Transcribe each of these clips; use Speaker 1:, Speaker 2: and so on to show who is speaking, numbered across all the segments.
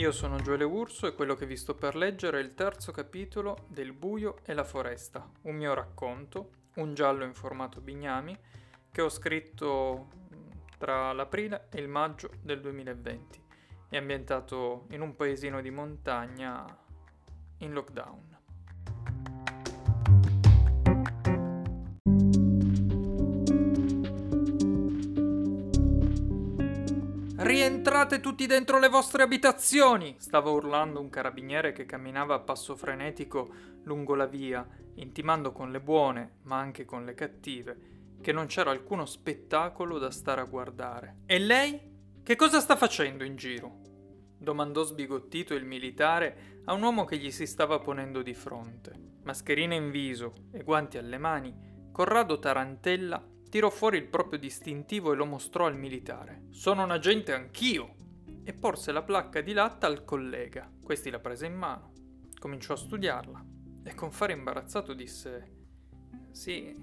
Speaker 1: Io sono Gioele Urso e quello che vi sto per leggere è il terzo capitolo del Buio e la foresta, un mio racconto, un giallo in formato bignami, che ho scritto tra l'aprile e il maggio del 2020. È ambientato in un paesino di montagna in lockdown. Rientrate tutti dentro le vostre abitazioni! Stava urlando un carabiniere che camminava a passo frenetico lungo la via, intimando con le buone, ma anche con le cattive, che non c'era alcuno spettacolo da stare a guardare. E lei? Che cosa sta facendo in giro? Domandò sbigottito il militare a un uomo che gli si stava ponendo di fronte. Mascherina in viso e guanti alle mani, Corrado Tarantella tirò fuori il proprio distintivo e lo mostrò al militare. «Sono un agente anch'io!» E porse la placca di latta al collega. Questi la prese in mano, cominciò a studiarla e con fare imbarazzato disse: «Sì,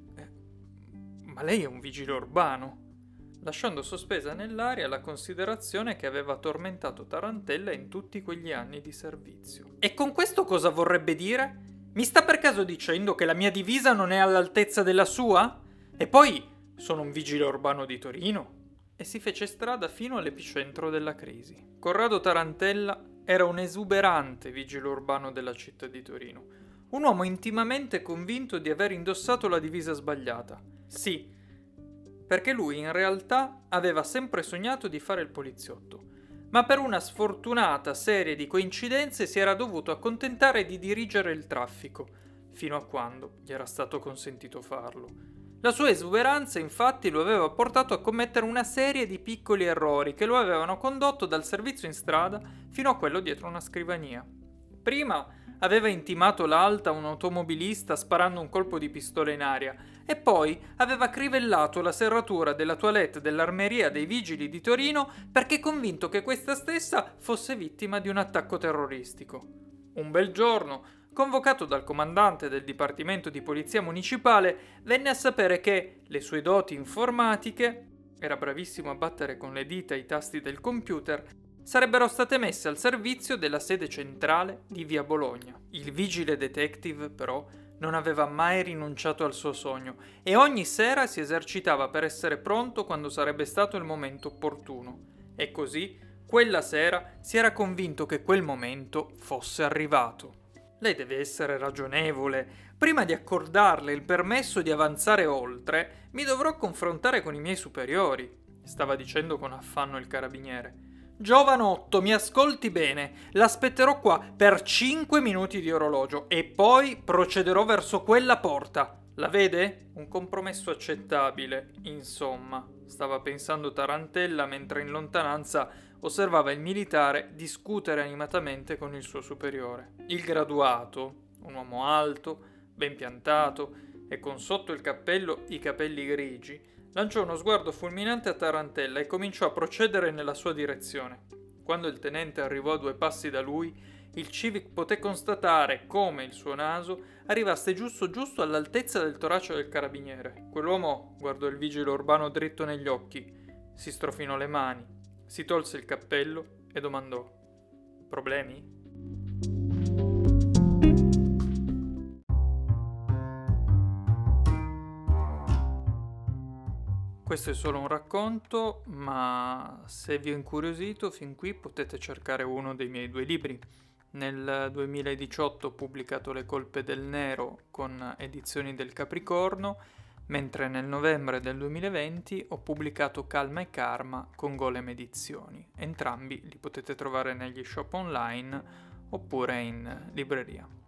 Speaker 1: ma lei è un vigile urbano?» lasciando sospesa nell'aria la considerazione che aveva tormentato Tarantella in tutti quegli anni di servizio. «E con questo cosa vorrebbe dire? Mi sta per caso dicendo che la mia divisa non è all'altezza della sua? E poi sono un vigile urbano di Torino?» E si fece strada fino all'epicentro della crisi. Corrado Tarantella era un esuberante vigile urbano della città di Torino, un uomo intimamente convinto di aver indossato la divisa sbagliata. Sì, perché lui in realtà aveva sempre sognato di fare il poliziotto, ma per una sfortunata serie di coincidenze si era dovuto accontentare di dirigere il traffico, fino a quando gli era stato consentito farlo. La sua esuberanza infatti lo aveva portato a commettere una serie di piccoli errori che lo avevano condotto dal servizio in strada fino a quello dietro una scrivania. Prima aveva intimato l'alta a un automobilista sparando un colpo di pistola in aria e poi aveva crivellato la serratura della toilette dell'armeria dei vigili di Torino perché convinto che questa stessa fosse vittima di un attacco terroristico. Un bel giorno, convocato dal comandante del Dipartimento di Polizia Municipale, venne a sapere che le sue doti informatiche, era bravissimo a battere con le dita i tasti del computer, sarebbero state messe al servizio della sede centrale di Via Bologna. Il vigile detective, però, non aveva mai rinunciato al suo sogno e ogni sera si esercitava per essere pronto quando sarebbe stato il momento opportuno. E così, quella sera, si era convinto che quel momento fosse arrivato. «Lei deve essere ragionevole. Prima di accordarle il permesso di avanzare oltre, mi dovrò confrontare con i miei superiori», stava dicendo con affanno il carabiniere. «Giovanotto, mi ascolti bene. L'aspetterò qua per 5 minuti di orologio e poi procederò verso quella porta. La vede? Un compromesso accettabile, insomma», stava pensando Tarantella mentre in lontananza osservava il militare discutere animatamente con il suo superiore. Il graduato, un uomo alto, ben piantato e con sotto il cappello i capelli grigi, lanciò uno sguardo fulminante a Tarantella e cominciò a procedere nella sua direzione. Quando il tenente arrivò a 2 passi da lui, il Civic poté constatare come il suo naso arrivasse giusto all'altezza del torace del carabiniere. Quell'uomo guardò il vigile urbano dritto negli occhi, si strofinò le mani, si tolse il cappello e domandò: «Problemi?» Questo è solo un racconto, ma se vi è incuriosito fin qui potete cercare uno dei miei 2 libri. Nel 2018 ho pubblicato Le colpe del nero con Edizioni del Capricorno, mentre nel novembre del 2020 ho pubblicato Calma e Karma con Golem Edizioni. Entrambi li potete trovare negli shop online oppure in libreria.